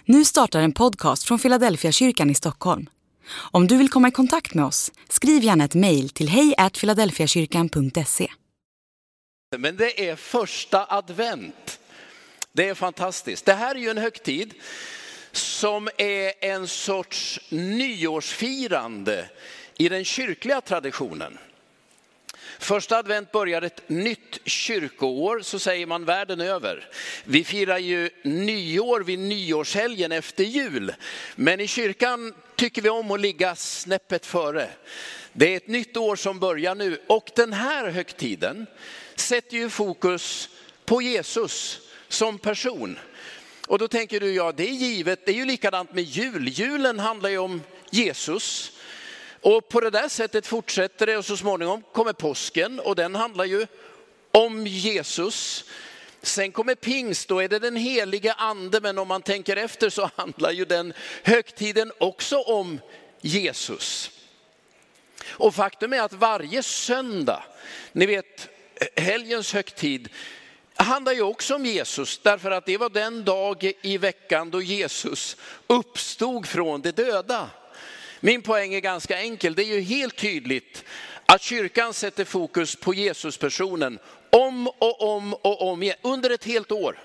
Nu startar en podcast från Philadelphia kyrkan i Stockholm. Om du vill komma i kontakt med oss, skriv gärna ett mejl till hej@philadelphiakyrkan.se. Men det är första advent. Det är fantastiskt. Det här är ju en högtid som är en sorts nyårsfirande i den kyrkliga traditionen. Första advent börjar ett nytt kyrkoår, så säger man världen över. Vi firar ju nyår vid nyårshelgen efter jul. Men i kyrkan tycker vi om att ligga snäppet före. Det är ett nytt år som börjar nu. Och den här högtiden sätter ju fokus på Jesus som person. Och då tänker du, ja det är givet, det är ju likadant med jul. Julen handlar ju om Jesus. Och på det där sättet fortsätter det och så småningom kommer påsken och den handlar ju om Jesus. Sen kommer pingst, då är det den heliga ande, men om man tänker efter så handlar ju den högtiden också om Jesus. Och faktum är att varje söndag, ni vet helgens högtid, handlar ju också om Jesus, därför att det var den dag i veckan då Jesus uppstod från de döda. Min poäng är ganska enkel. Det är ju helt tydligt att kyrkan sätter fokus på Jesuspersonen om och om igen under ett helt år.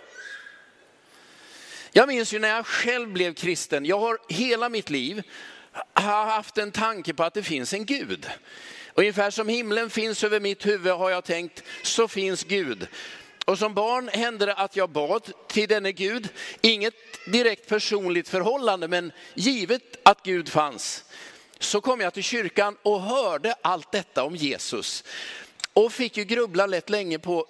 Jag minns ju när jag själv blev kristen. Jag har hela mitt liv haft en tanke på att det finns en Gud. Ungefär som himlen finns över mitt huvud har jag tänkt, så finns Gud. Och som barn hände det att jag bad till denne Gud. Inget direkt personligt förhållande, men givet att Gud fanns. Så kom jag till kyrkan och hörde allt detta om Jesus. Och fick ju grubbla lätt länge på,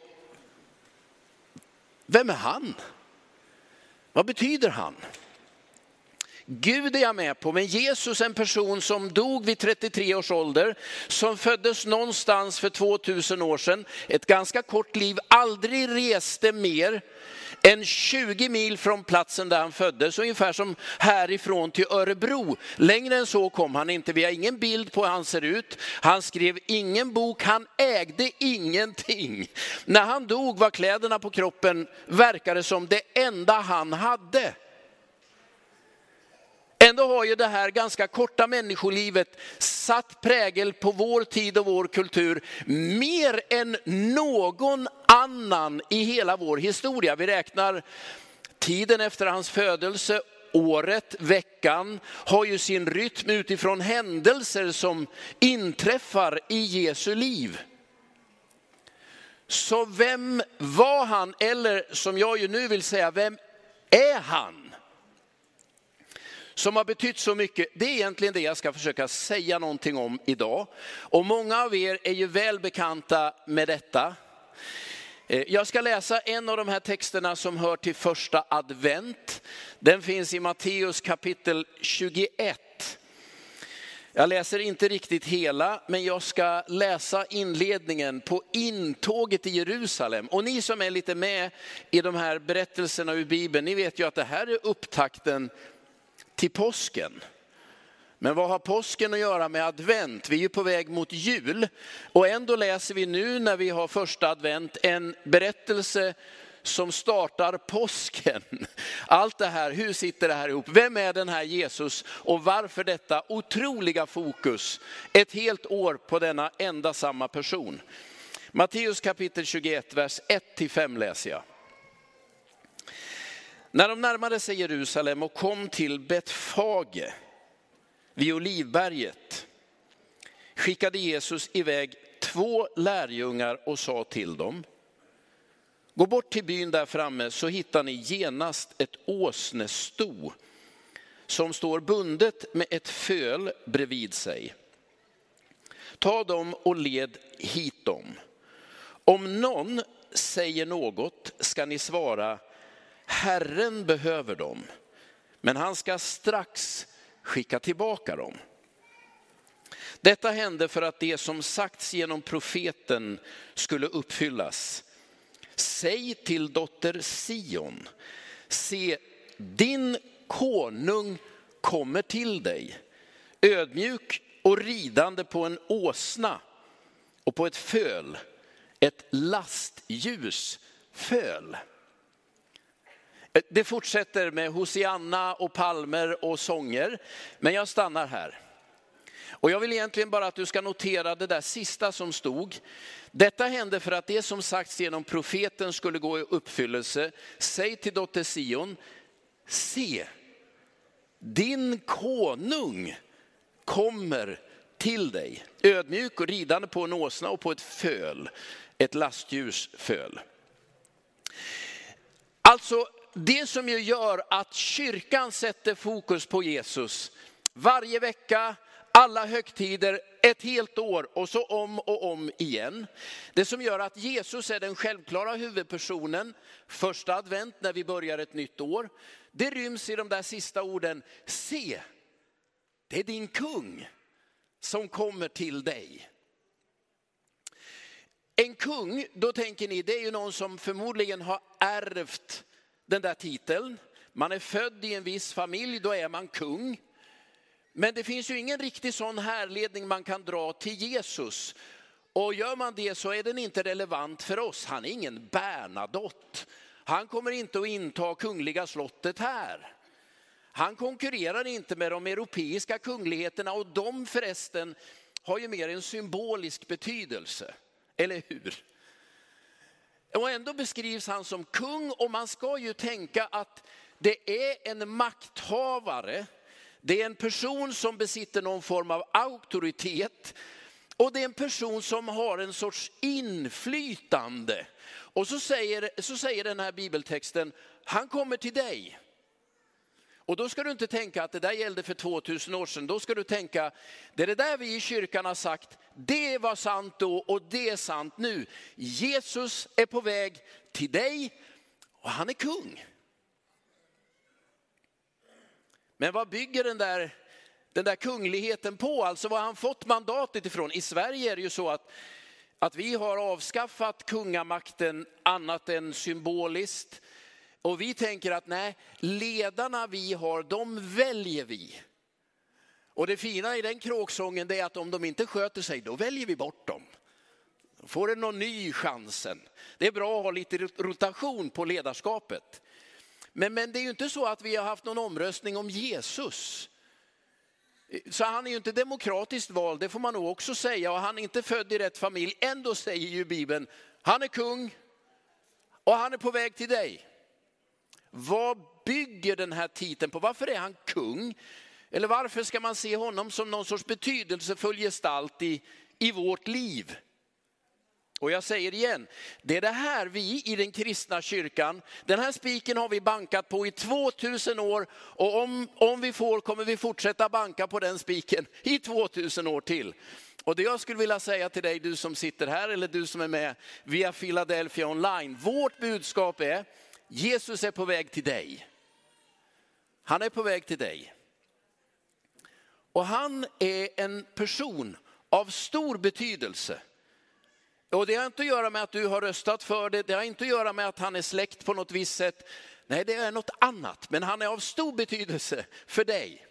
vem är han? Vad betyder han? Gud är jag med på, men Jesus, en person som dog vid 33 års ålder, som föddes någonstans för 2000 år sedan, ett ganska kort liv, aldrig reste mer än 20 mil från platsen där han föddes, ungefär som härifrån till Örebro. Längre än så kom han inte, vi har ingen bild på hur han ser ut, han skrev ingen bok, han ägde ingenting. När han dog var kläderna på kroppen, verkade som det enda han hade. Ändå har ju det här ganska korta människolivet satt prägel på vår tid och vår kultur mer än någon annan i hela vår historia. Vi räknar tiden efter hans födelse, året, veckan har ju sin rytm utifrån händelser som inträffar i Jesu liv. Så vem var han, eller som jag ju nu vill säga, vem är han? Som har betytt så mycket, det är egentligen det jag ska försöka säga någonting om idag. Och många av er är ju väl bekanta med detta. Jag ska läsa en av de här texterna som hör till första advent. Den finns i Matteus kapitel 21. Jag läser inte riktigt hela, men jag ska läsa inledningen på intåget i Jerusalem. Och ni som är lite med i de här berättelserna ur Bibeln, ni vet ju att det här är upptakten till påsken. Men vad har påsken att göra med advent? Vi är ju på väg mot jul. Och ändå läser vi nu när vi har första advent en berättelse som startar påsken. Allt det här, hur sitter det här ihop? Vem är den här Jesus? Och varför detta otroliga fokus? Ett helt år på denna enda samma person. Matteus kapitel 21, vers 1-5 läser jag. När de närmade sig Jerusalem och kom till Betfage vid Olivberget skickade Jesus iväg 2 lärjungar och sa till dem: gå bort till byn där framme så hittar ni genast ett åsnesto som står bundet med ett föl bredvid sig. Ta dem och led hit dem. Om någon säger något ska ni svara: Herren behöver dem, men han ska strax skicka tillbaka dem. Detta hände för att det som sagts genom profeten skulle uppfyllas. Säg till dotter Sion, se din konung kommer till dig, ödmjuk och ridande på en åsna och på ett föl, ett lastljus föl. Det fortsätter med hosianna och palmer och sånger, men jag stannar här. Och jag vill egentligen bara att du ska notera det där sista som stod. Detta hände för att det som sagts genom profeten skulle gå i uppfyllelse. Säg till dotter Sion, se, din konung kommer till dig. Ödmjuk och ridande på en åsna och på ett föl, ett lastdjurs föl. Alltså det som ju gör att kyrkan sätter fokus på Jesus varje vecka, alla högtider, ett helt år och så om och om igen. Det som gör att Jesus är den självklara huvudpersonen första advent när vi börjar ett nytt år. Det ryms i de där sista orden, se, det är din kung som kommer till dig. En kung, då tänker ni, det är ju någon som förmodligen har ärvt den där titeln. Man är född i en viss familj, då är man kung. Men det finns ju ingen riktig sån härledning man kan dra till Jesus. Och gör man det så är den inte relevant för oss. Han är ingen Bernadotte. Han kommer inte att inta kungliga slottet här. Han konkurrerar inte med de europeiska kungligheterna, och de förresten har ju mer en symbolisk betydelse. Eller hur? Och ändå beskrivs han som kung, och man ska ju tänka att det är en makthavare. Det är en person som besitter någon form av auktoritet. Och det är en person som har en sorts inflytande. Och så säger den här bibeltexten, han kommer till dig. Och då ska du inte tänka att det där gällde för 2000 år sedan. Då ska du tänka, det är det där vi i kyrkan har sagt, det var sant då och det är sant nu. Jesus är på väg till dig och han är kung. Men vad bygger den där kungligheten på? Alltså vad har han fått mandatet ifrån? I Sverige är det ju så att vi har avskaffat kungamakten annat än symboliskt. Och vi tänker att nej, ledarna vi har, de väljer vi. Och det fina i den kråksången är att om de inte sköter sig, då väljer vi bort dem. Då får det någon ny chansen. Det är bra att ha lite rotation på ledarskapet. Men det är ju inte så att vi har haft någon omröstning om Jesus. Så han är ju inte demokratiskt vald, det får man nog också säga. Och han är inte född i rätt familj. Ändå säger ju Bibeln, han är kung och han är på väg till dig. Vad bygger den här titeln på? Varför är han kung? Eller varför ska man se honom som någon sorts betydelsefull gestalt i vårt liv? Och jag säger igen, det är det här vi i den kristna kyrkan, den här spiken har vi bankat på i 2000 år. Och om vi får kommer vi fortsätta banka på den spiken i 2000 år till. Och det jag skulle vilja säga till dig, du som sitter här eller du som är med via Philadelphia online. Vårt budskap är, Jesus är på väg till dig. Han är på väg till dig. Och han är en person av stor betydelse. Och det har inte att göra med att du har röstat för det. Det har inte att göra med att han är släkt på något visst sätt. Nej, det är något annat. Men han är av stor betydelse för dig.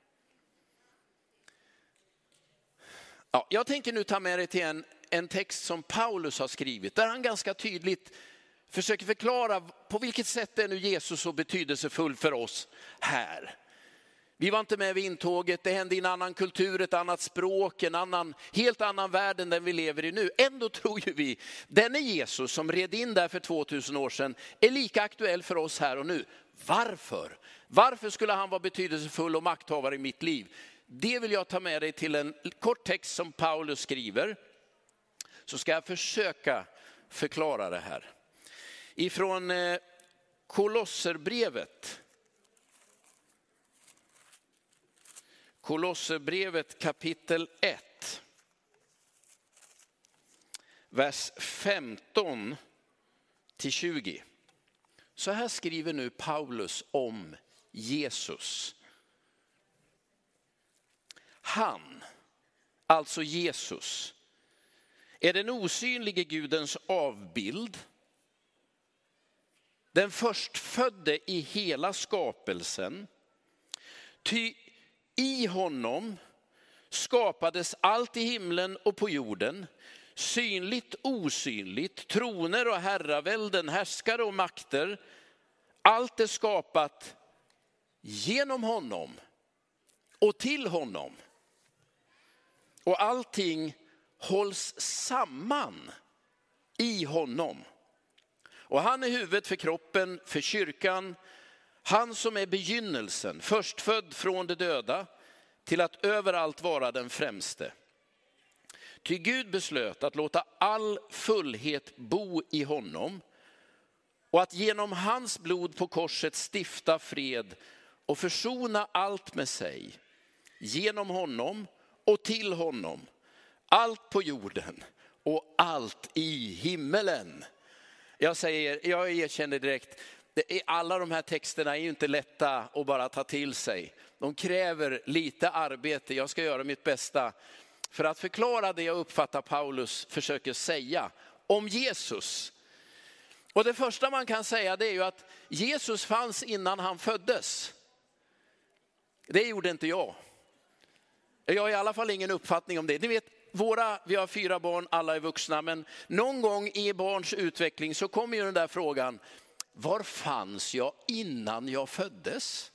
Ja, jag tänker nu ta med dig till en text som Paulus har skrivit. Där han ganska tydligt försöker förklara på vilket sätt är nu Jesus så betydelsefull för oss här. Vi var inte med vid intåget, det hände i en annan kultur, ett annat språk, helt annan värld än den vi lever i nu. Ändå tror ju vi, denne Jesus som red in där för 2000 år sedan är lika aktuell för oss här och nu. Varför? Varför skulle han vara betydelsefull och makthavare i mitt liv? Det vill jag ta med dig till en kort text som Paulus skriver. Så ska jag försöka förklara det här. Ifrån Kolosserbrevet. Kolosserbrevet kapitel 1. Vers 15 till 20. Så här skriver nu Paulus om Jesus. Han, alltså Jesus, är den osynlige Gudens avbild. Den förstfödde i hela skapelsen. Ty i honom skapades allt i himlen och på jorden, synligt, osynligt, troner och herravälden, härskare och makter. allt är skapat genom honom och till honom. Och allting hålls samman i honom. Och han är huvudet för kroppen, för kyrkan. Han som är begynnelsen, förstfödd från de döda, till att överallt vara den främste. Ty Gud beslöt att låta all fullhet bo i honom och att genom hans blod på korset stifta fred och försona allt med sig. Genom honom och till honom, allt på jorden och allt i himmelen. Jag erkänner direkt, alla de här texterna är ju inte lätta att bara ta till sig. De kräver lite arbete. Jag ska göra mitt bästa för att förklara det jag uppfattar Paulus försöker säga om Jesus. Och det första man kan säga, det är ju att Jesus fanns innan han föddes. Det gjorde inte jag. Jag har i alla fall ingen uppfattning om det. Ni vet, vi har 4 barn, alla är vuxna, men någon gång i barns utveckling så kommer ju den där frågan: var fanns jag innan jag föddes?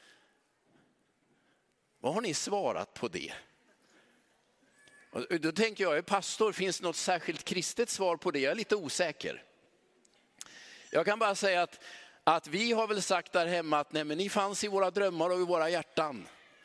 Vad har ni svarat på det? Och då tänker jag är pastor, finns det något särskilt kristet svar på det? Jag är lite osäker. Jag kan bara säga att vi har väl sagt där hemma att nej, men ni fanns i våra drömmar och i våra hjärtan.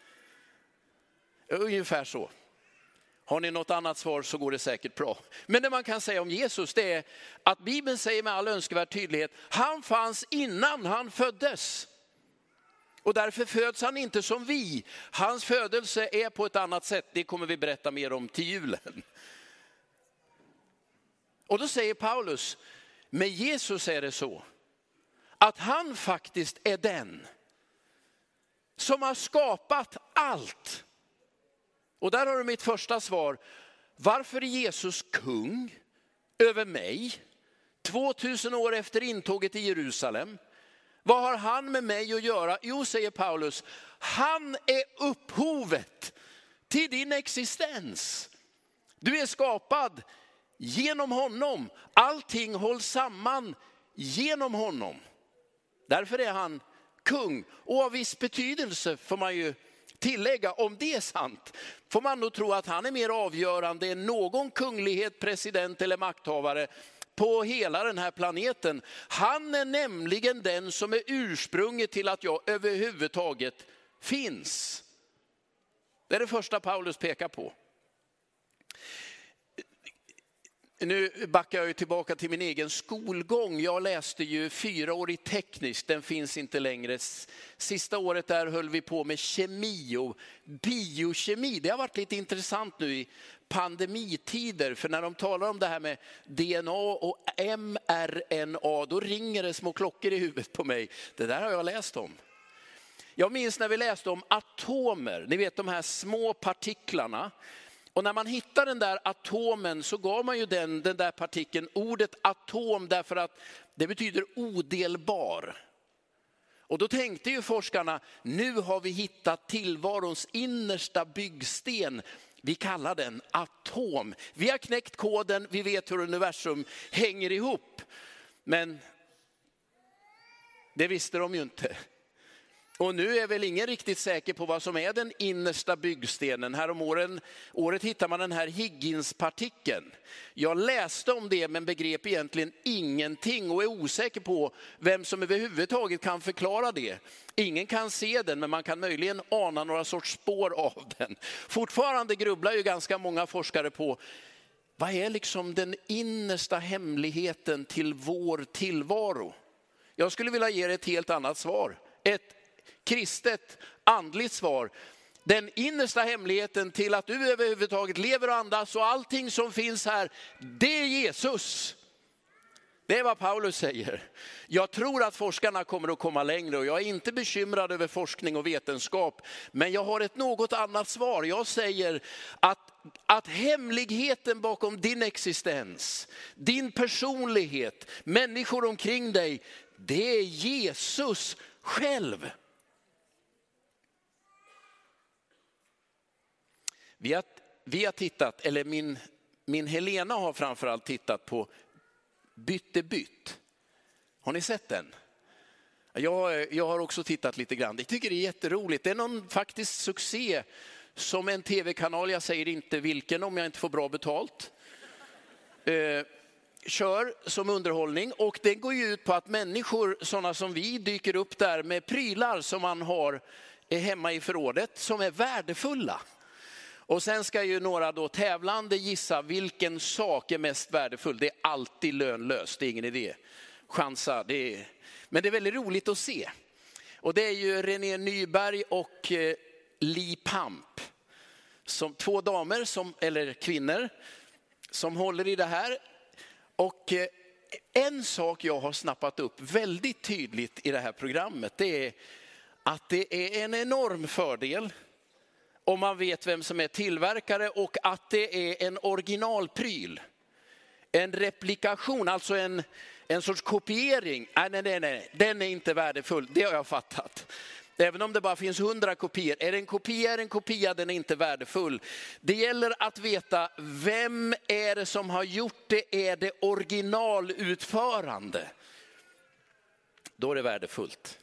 Ungefär så. Har ni något annat svar så går det säkert bra. Men det man kan säga om Jesus, det är att Bibeln säger med all önskvärd tydlighet: han fanns innan han föddes. Och därför föds han inte som vi. Hans födelse är på ett annat sätt. Det kommer vi berätta mer om till julen. Och då säger Paulus, med Jesus är det så att han faktiskt är den som har skapat allt. Och där har du mitt första svar. Varför är Jesus kung över mig 2000 år efter intåget i Jerusalem? Vad har han med mig att göra? Jo, säger Paulus, han är upphovet till din existens. Du är skapad genom honom. Allting hålls samman genom honom. Därför är han kung. Och av viss betydelse får man ju tillägga, om det är sant, får man nog tro att han är mer avgörande än någon kunglighet, president eller makthavare på hela den här planeten. Han är nämligen den som är ursprunget till att jag överhuvudtaget finns. Det är det första Paulus pekar på. Nu backar jag tillbaka till min egen skolgång. Jag läste ju 4-årig teknisk, den finns inte längre. Sista året där höll vi på med kemi och biokemi. Det har varit lite intressant nu i pandemitider, för när de talar om det här med DNA och mRNA, då ringer det små klockor i huvudet på mig. Det där har jag läst om. Jag minns när vi läste om atomer, ni vet de här små partiklarna. Och när man hittar den där atomen så gav man ju den där partikeln ordet atom därför att det betyder odelbar. Och då tänkte ju forskarna, nu har vi hittat tillvarons innersta byggsten. Vi kallar den atom. Vi har knäckt koden, vi vet hur universum hänger ihop. Men det visste de ju inte. Och nu är väl ingen riktigt säker på vad som är den innersta byggstenen. Här om året hittar man den här Higginspartikeln. Jag läste om det men begrep egentligen ingenting och är osäker på vem som överhuvudtaget kan förklara det. Ingen kan se den, men man kan möjligen ana några sorts spår av den. Fortfarande grubblar ju ganska många forskare på vad är liksom den innersta hemligheten till vår tillvaro. Jag skulle vilja ge er ett helt annat svar. Ett kristet, andligt svar. Den innersta hemligheten till att du överhuvudtaget lever och andas och allting som finns här, det är Jesus. Det är vad Paulus säger. Jag tror att forskarna kommer att komma längre och jag är inte bekymrad över forskning och vetenskap. Men jag har ett något annat svar. Jag säger att hemligheten bakom din existens, din personlighet, människor omkring dig, det är Jesus själv. Vi har tittat, eller min Helena har framförallt tittat på Bytte bytt. Har ni sett den? Jag har också tittat lite grann. Jag tycker det är jätteroligt. Det är någon faktiskt succé som en tv-kanal, jag säger inte vilken om jag inte får bra betalt, kör som underhållning. Och det går ju ut på att människor, sådana som vi, dyker upp där med prylar som man har hemma i förrådet som är värdefulla. Och sen ska ju några då tävlande gissa vilken sak är mest värdefull. Det är alltid lönlöst, det är ingen idé. Chansa, men det är väldigt roligt att se. Och det är ju René Nyberg och Li Pamp, som två damer eller kvinnor som håller i det här. Och en sak jag har snappat upp väldigt tydligt i det här programmet, det är att det är en enorm fördel om man vet vem som är tillverkare och att det är en originalpryl. En replikation, alltså en sorts kopiering. Nej, den är inte värdefull, det har jag fattat. Även om det bara finns 100 kopior. Är det en kopia, den är inte värdefull. Det gäller att veta vem är det som har gjort det. Är det originalutförande? Då är det värdefullt.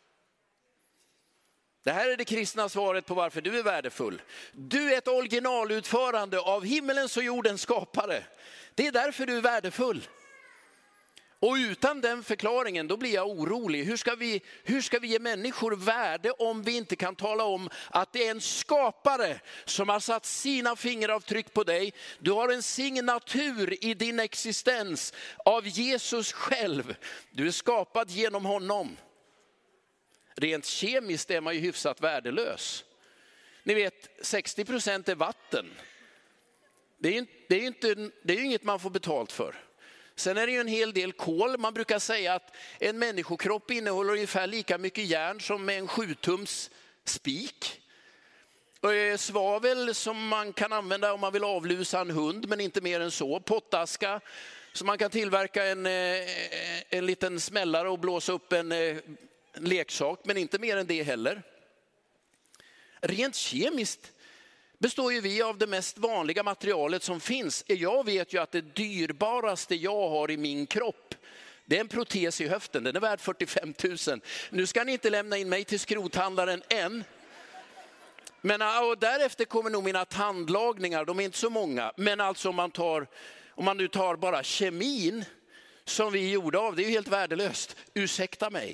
Det här är det kristna svaret på varför du är värdefull. Du är ett originalutförande av himmelens och jordens skapare. Det är därför du är värdefull. Och utan den förklaringen då blir jag orolig. Hur ska vi ge människor värde om vi inte kan tala om att det är en skapare som har satt sina fingeravtryck på dig. Du har en signatur i din existens av Jesus själv. Du är skapad genom honom. Rent kemiskt är man ju hyfsat värdelös. Ni vet, 60% är vatten. Det är ju inget man får betalt för. Sen är det ju en hel del kol. Man brukar säga att en människokropp innehåller ungefär lika mycket järn som en 7-tums spik. Och svavel som man kan använda om man vill avlusa en hund, men inte mer än så. Pottaska som man kan tillverka en liten smällare och blåsa upp en leksak, men inte mer än det heller. Rent kemiskt består ju vi av det mest vanliga materialet som finns. Jag vet ju att det dyrbaraste jag har i min kropp, det är en protes i höften. Den är värd 45 000. Nu ska ni inte lämna in mig till skrothandlaren än. Men och därefter kommer nog mina tandlagningar, de är inte så många. Men alltså om man nu tar bara kemin som vi gjorde av, det är ju helt värdelöst. Ursäkta mig.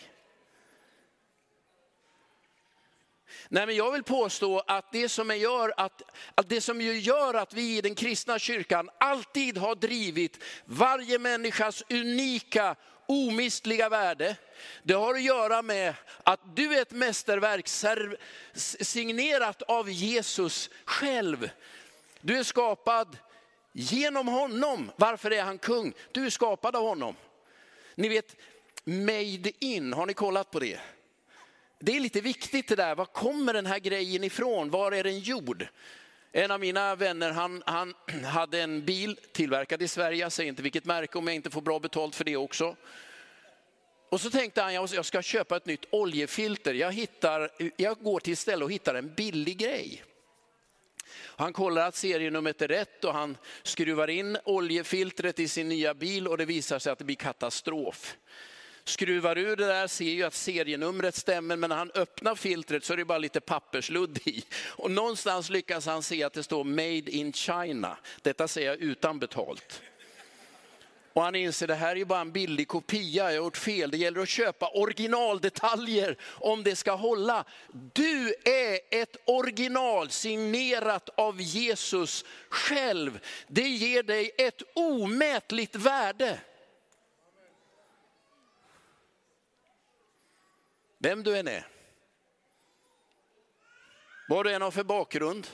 Nej, men jag vill påstå att det som gör att vi i den kristna kyrkan alltid har drivit varje människas unika, omistliga värde, det har att göra med att du är ett mästerverk signerat av Jesus själv. Du är skapad genom honom. Varför är han kung? Du är skapad av honom. Ni vet, made in, har ni kollat på det? Det är lite viktigt det där. Var kommer den här grejen ifrån? Var är den gjord? En av mina vänner, han hade en bil tillverkad i Sverige. Jag säger inte vilket märke om jag inte får bra betalt för det också. Och så tänkte han, jag ska köpa ett nytt oljefilter. Jag går till ställe och hittar en billig grej. Han kollar att serienumret är rätt och han skruvar in oljefiltret i sin nya bil och det visar sig att det blir katastrof. Skruvar ur det där, ser ju att serienumret stämmer, men när han öppnar filtret så är det bara lite pappersludd i. Och någonstans lyckas han se att det står Made in China. Detta säger jag utan betalt. Och han inser, det här är ju bara en billig kopia, jag har gjort fel. Det gäller att köpa originaldetaljer om det ska hålla. Du är ett original signerat av Jesus själv. Det ger dig ett omätligt värde. Vem du än är. Vad du än har för bakgrund.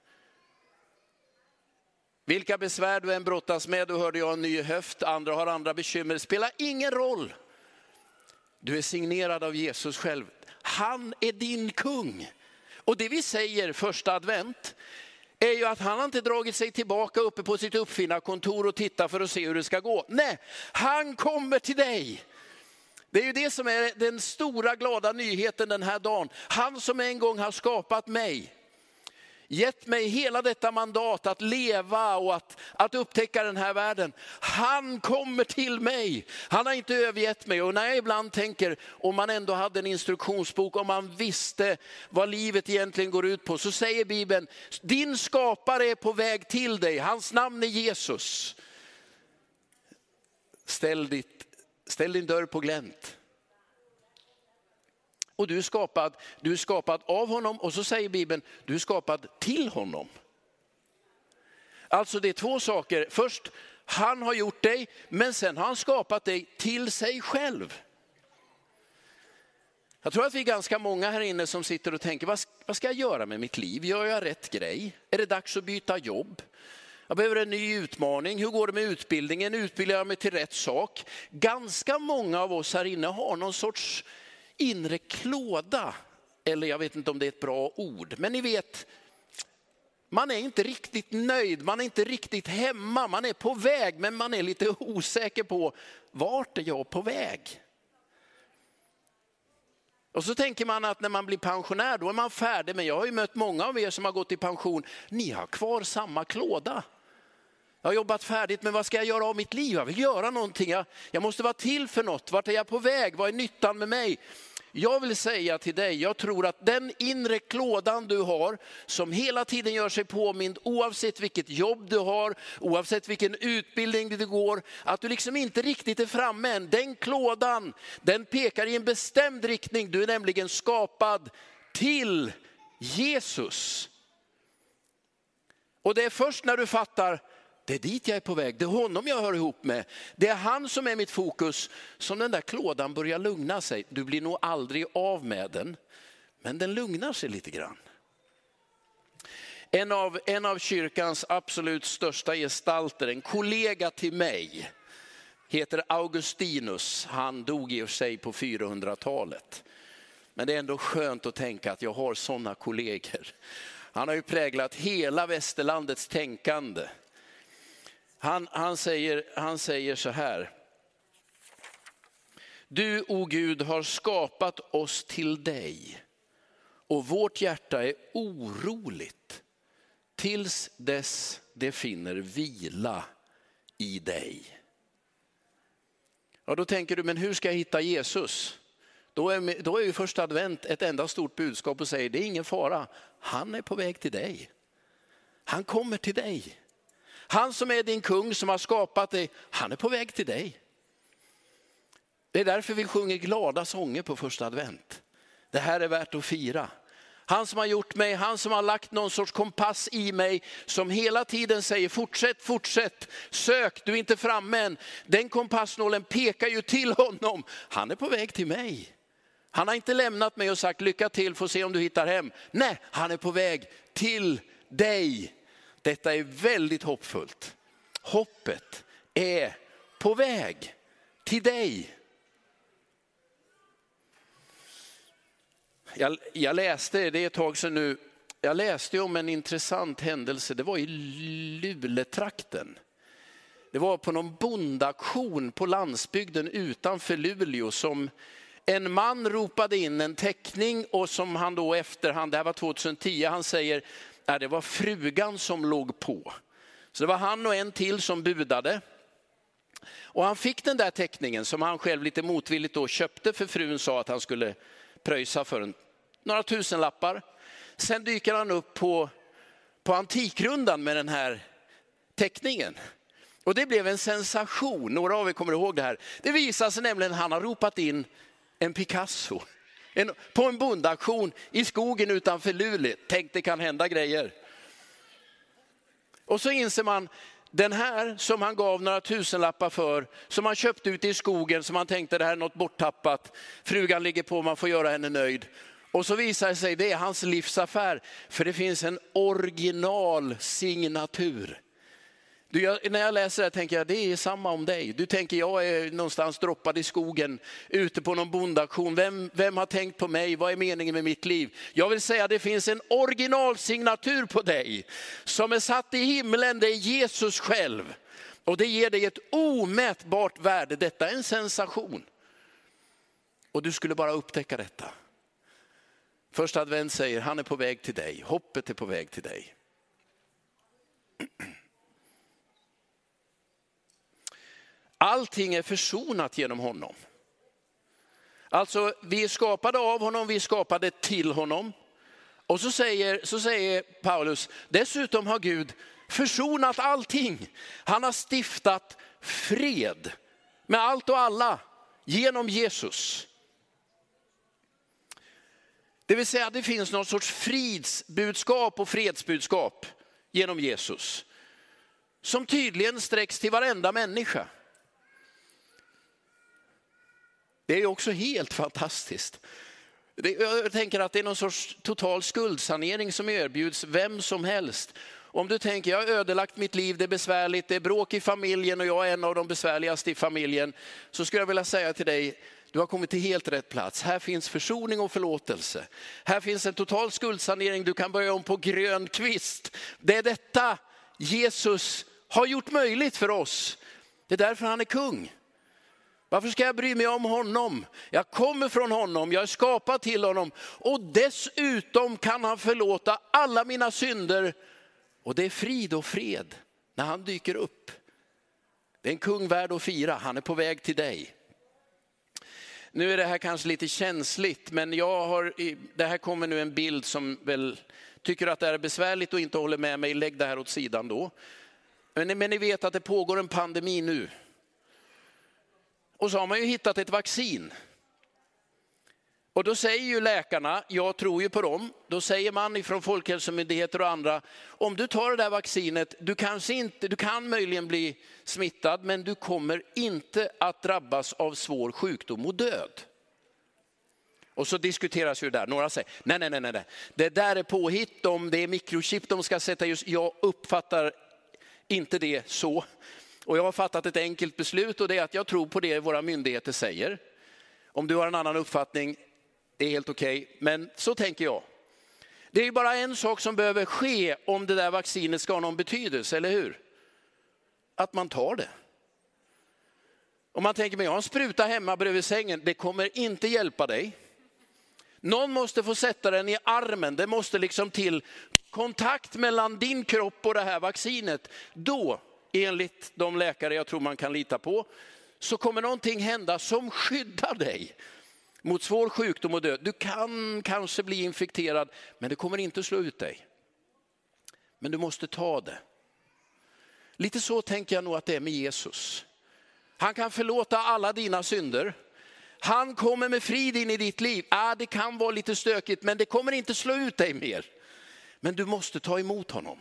Vilka besvär du än brottas med. Du hörde jag en ny höft, andra har andra bekymmer. Det spelar ingen roll. Du är signerad av Jesus själv. Han är din kung. Och det vi säger första advent är ju att han inte dragit sig tillbaka uppe på sitt uppfinnarkontor och tittar för att se hur det ska gå. Nej, han kommer till dig. Det är ju det som är den stora glada nyheten den här dagen. Han som en gång har skapat mig. gett mig hela detta mandat att leva och att upptäcka den här världen. Han kommer till mig. Han har inte övergett mig. Och när jag ibland tänker, om man ändå hade en instruktionsbok, om man visste vad livet egentligen går ut på, så säger Bibeln, din skapare är på väg till dig. Hans namn är Jesus. Ställ din dörr på glänt. Och du är skapad av honom, och så säger Bibeln, du är skapad till honom. Alltså det är två saker. Först, han har gjort dig, men sen har han skapat dig till sig själv. Jag tror att vi är ganska många här inne som sitter och tänker, vad ska jag göra med mitt liv? Gör jag rätt grej? Är det dags att byta jobb? Jag behöver en ny utmaning. Hur går det med utbildningen? Utbildar jag mig till rätt sak? Ganska många av oss här inne har någon sorts inre klåda. Eller jag vet inte om det är ett bra ord. Men ni vet, man är inte riktigt nöjd. Man är inte riktigt hemma. Man är på väg, men man är lite osäker på vart är jag på väg. Och så tänker man att när man blir pensionär, då är man färdig. Men jag har ju mött många av er som har gått i pension. Ni har kvar samma klåda. Jag har jobbat färdigt, men vad ska jag göra av mitt liv? Jag vill göra någonting. Jag måste vara till för något. Vart är jag på väg? Vad är nyttan med mig? Jag vill säga till dig, jag tror att den inre klådan du har, som hela tiden gör sig påmind, oavsett vilket jobb du har, oavsett vilken utbildning du går, att du liksom inte riktigt är framme än. Den klådan, den pekar i en bestämd riktning. Du är nämligen skapad till Jesus. Och det är först när du fattar, det är dit jag är på väg, det är honom jag hör ihop med, det är han som är mitt fokus, som den där klådan börjar lugna sig. Du blir nog aldrig av med den, men den lugnar sig lite grann. En av kyrkans absolut största gestalter, en kollega till mig, heter Augustinus. Han dog i och för sig på 400-talet. Men det är ändå skönt att tänka att jag har sådana kollegor. Han har ju präglat hela västerlandets tänkande. Han säger så här: du, o Gud, har skapat oss till dig, och vårt hjärta är oroligt tills dess det finner vila i dig. Ja, då tänker du, men hur ska jag hitta Jesus? Då är ju första advent ett enda stort budskap och säger, det är ingen fara. Han är på väg till dig. Han kommer till dig. Han som är din kung, som har skapat dig, han är på väg till dig. Det är därför vi sjunger glada sånger på första advent. Det här är värt att fira. Han som har gjort mig, han som har lagt någon sorts kompass i mig, som hela tiden säger fortsätt, sök, du är inte framme än. Den kompassnålen pekar ju till honom. Han är på väg till mig. Han har inte lämnat mig och sagt lycka till, får se om du hittar hem. Nej, han är på väg till dig. Detta är väldigt hoppfullt. Hoppet är på väg till dig. Jag läste, det är ett tag sedan nu, jag läste om en intressant händelse. Det var i Luleå-trakten. Det var på någon bondaktion på landsbygden utanför Luleå som en man ropade in en teckning, och som han då efterhand, det här var 2010, han säger att det var frugan som låg på. Så det var han och en till som budade. Och han fick den där teckningen som han själv lite motvilligt då köpte, för frun sa att han skulle pröjsa för några tusenlappar. Sen dyker han upp på Antikrundan med den här teckningen. Och det blev en sensation. Några av er kommer ihåg det här. Det visar sig nämligen att han har ropat in en Picasso på en bondaktion i skogen utanför Luleå. Tänk, det kan hända grejer. Och så inser man, den här som han gav några tusenlappar för, som han köpte ute i skogen, som han tänkte det här är något borttappat, frugan ligger på, man får göra henne nöjd. Och så visar det sig, det är hans livsaffär, för det finns en original signatur. När jag läser det tänker jag, det är samma om dig. Du tänker, jag är någonstans droppad i skogen ute på någon bondaktion. Vem har tänkt på mig? Vad är meningen med mitt liv? Jag vill säga, det finns en originalsignatur på dig som är satt i himlen. Det är Jesus själv. Och det ger dig ett omätbart värde. Detta är en sensation. Och du skulle bara upptäcka detta. Första advent säger, han är på väg till dig. Hoppet är på väg till dig. Allting är försonat genom honom. Alltså vi är skapade av honom, vi är skapade till honom. Och så säger Paulus, dessutom har Gud försonat allting. Han har stiftat fred med allt och alla genom Jesus. Det vill säga att det finns någon sorts fridsbudskap och fredsbudskap genom Jesus. Som tydligen sträcks till varenda människa. Det är också helt fantastiskt. Jag tänker att det är någon sorts total skuldsanering som erbjuds vem som helst. Om du tänker, jag har ödelagt mitt liv, det är besvärligt, det är bråk i familjen och jag är en av de besvärligaste i familjen. Så skulle jag vilja säga till dig, du har kommit till helt rätt plats. Här finns försoning och förlåtelse. Här finns en total skuldsanering, du kan börja om på grön kvist. Det är detta Jesus har gjort möjligt för oss. Det är därför han är kung. Varför ska jag bry mig om honom? Jag kommer från honom, jag är skapad till honom. Och dessutom kan han förlåta alla mina synder. Och det är frid och fred när han dyker upp. Det är en kung värd att fira, han är på väg till dig. Nu är det här kanske lite känsligt, men det här kommer nu en bild som väl tycker att det är besvärligt och inte håller med mig. Lägg det här åt sidan då. Men ni vet att det pågår en pandemi nu. Och så har man ju hittat ett vaccin. Och då säger ju läkarna, jag tror ju på dem, då säger man ifrån Folkhälsomyndigheter och andra, om du tar det där vaccinet, du kan möjligen bli smittad, men du kommer inte att drabbas av svår sjukdom och död. Och så diskuteras ju det där, några säger, nej, det där är påhitt, om det är mikrochip de ska sätta just, jag uppfattar inte det så. Och jag har fattat ett enkelt beslut och det är att jag tror på det våra myndigheter säger. Om du har en annan uppfattning, det är helt okej. Men så tänker jag. Det är ju bara en sak som behöver ske om det där vaccinet ska ha någon betydelse, eller hur? Att man tar det. Om man tänker, men jag har en spruta hemma bredvid sängen, det kommer inte hjälpa dig. Någon måste få sätta den i armen, det måste liksom till kontakt mellan din kropp och det här vaccinet. Då, enligt de läkare jag tror man kan lita på, så kommer någonting hända som skyddar dig mot svår sjukdom och död. Du kan kanske bli infekterad, men det kommer inte slå ut dig. Men du måste ta det. Lite så tänker jag nog att det är med Jesus. Han kan förlåta alla dina synder. Han kommer med frid in i ditt liv. Det kan vara lite stökigt, men det kommer inte slå ut dig mer. Men du måste ta emot honom.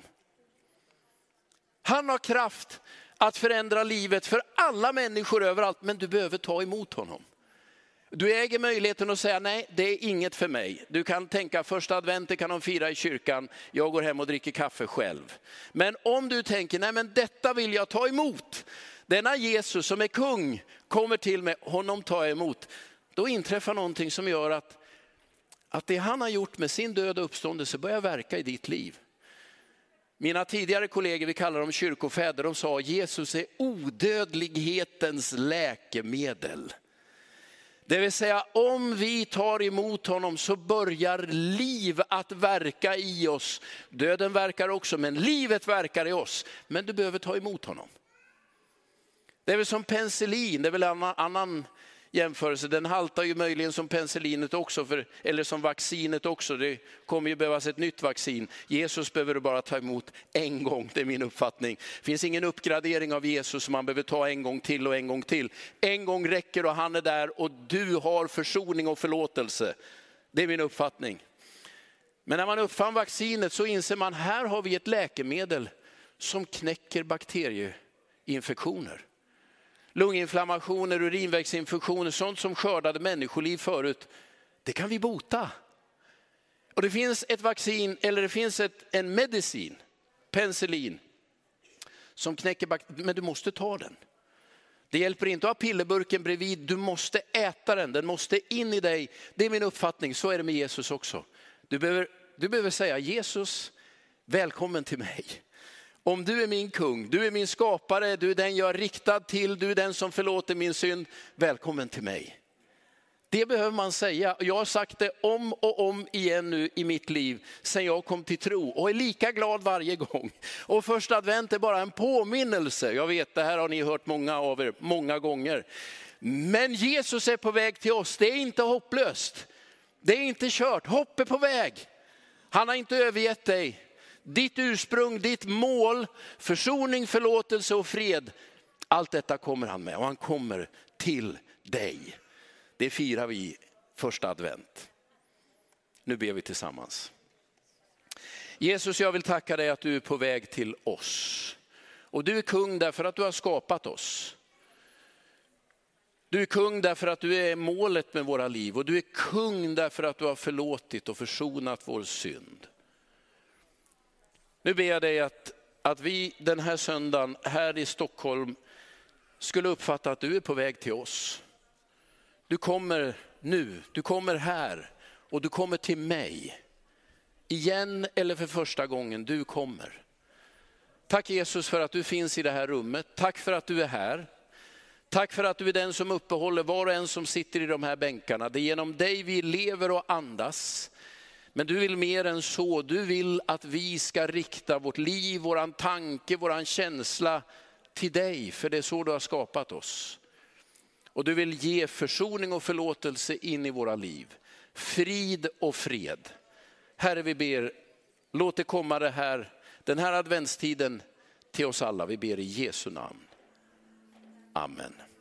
Han har kraft att förändra livet för alla människor överallt, men du behöver ta emot honom. Du äger möjligheten att säga nej, det är inget för mig. Du kan tänka första advent kan de fira i kyrkan, jag går hem och dricker kaffe själv. Men om du tänker, nej men detta vill jag ta emot. Denna Jesus som är kung kommer till mig, honom tar jag emot. Då inträffar någonting som gör att det han har gjort med sin död och uppståndelse börjar verka i ditt liv. Mina tidigare kollegor, vi kallar dem kyrkofäder, de sa Jesus är odödlighetens läkemedel. Det vill säga om vi tar emot honom så börjar liv att verka i oss. Döden verkar också, men livet verkar i oss. Men du behöver ta emot honom. Det är väl som penicillin, det är väl en annan jämförelse. Den haltar ju möjligen som penicillinet också, eller som vaccinet också. Det kommer ju behövas ett nytt vaccin. Jesus behöver du bara ta emot en gång, det är min uppfattning. Det finns ingen uppgradering av Jesus som man behöver ta en gång till och en gång till. En gång räcker och han är där och du har försoning och förlåtelse. Det är min uppfattning. Men när man uppfann vaccinet så inser man, här har vi ett läkemedel som knäcker bakterieinfektioner. Lunginflammationer, urinvägsinfektioner, sånt som skördade människoliv förut, det kan vi bota. Och det finns ett vaccin, eller det finns en medicin, penicillin, som knäcker bakterier, men du måste ta den. Det hjälper inte att ha pillerburken bredvid, du måste äta den måste in i dig. Det är min uppfattning, så är det med Jesus också. Du behöver säga, Jesus, välkommen till mig. Om du är min kung, du är min skapare, du är den jag är riktad till, du är den som förlåter min synd, välkommen till mig. Det behöver man säga. Jag har sagt det om och om igen nu i mitt liv sedan jag kom till tro och är lika glad varje gång. Och första advent är bara en påminnelse. Jag vet, det här har ni hört många av er många gånger. Men Jesus är på väg till oss. Det är inte hopplöst. Det är inte kört. Hopp är på väg. Han har inte övergett dig. Ditt ursprung, ditt mål, försoning, förlåtelse och fred. Allt detta kommer han med och han kommer till dig. Det firar vi första advent. Nu ber vi tillsammans. Jesus, jag vill tacka dig att du är på väg till oss. Och du är kung därför att du har skapat oss. Du är kung därför att du är målet med våra liv. Och du är kung därför att du har förlåtit och försonat vår synd. Nu ber jag dig att vi den här söndagen här i Stockholm skulle uppfatta att du är på väg till oss. Du kommer nu, du kommer här och du kommer till mig. Igen eller för första gången, du kommer. Tack Jesus för att du finns i det här rummet. Tack för att du är här. Tack för att du är den som uppehåller var och en som sitter i de här bänkarna. Det är genom dig vi lever och andas. Men du vill mer än så. Du vill att vi ska rikta vårt liv, våran tanke, våran känsla till dig. För det är så du har skapat oss. Och du vill ge försoning och förlåtelse in i våra liv. Frid och fred. Herre, vi ber, låt det komma den här adventstiden till oss alla. Vi ber i Jesu namn. Amen.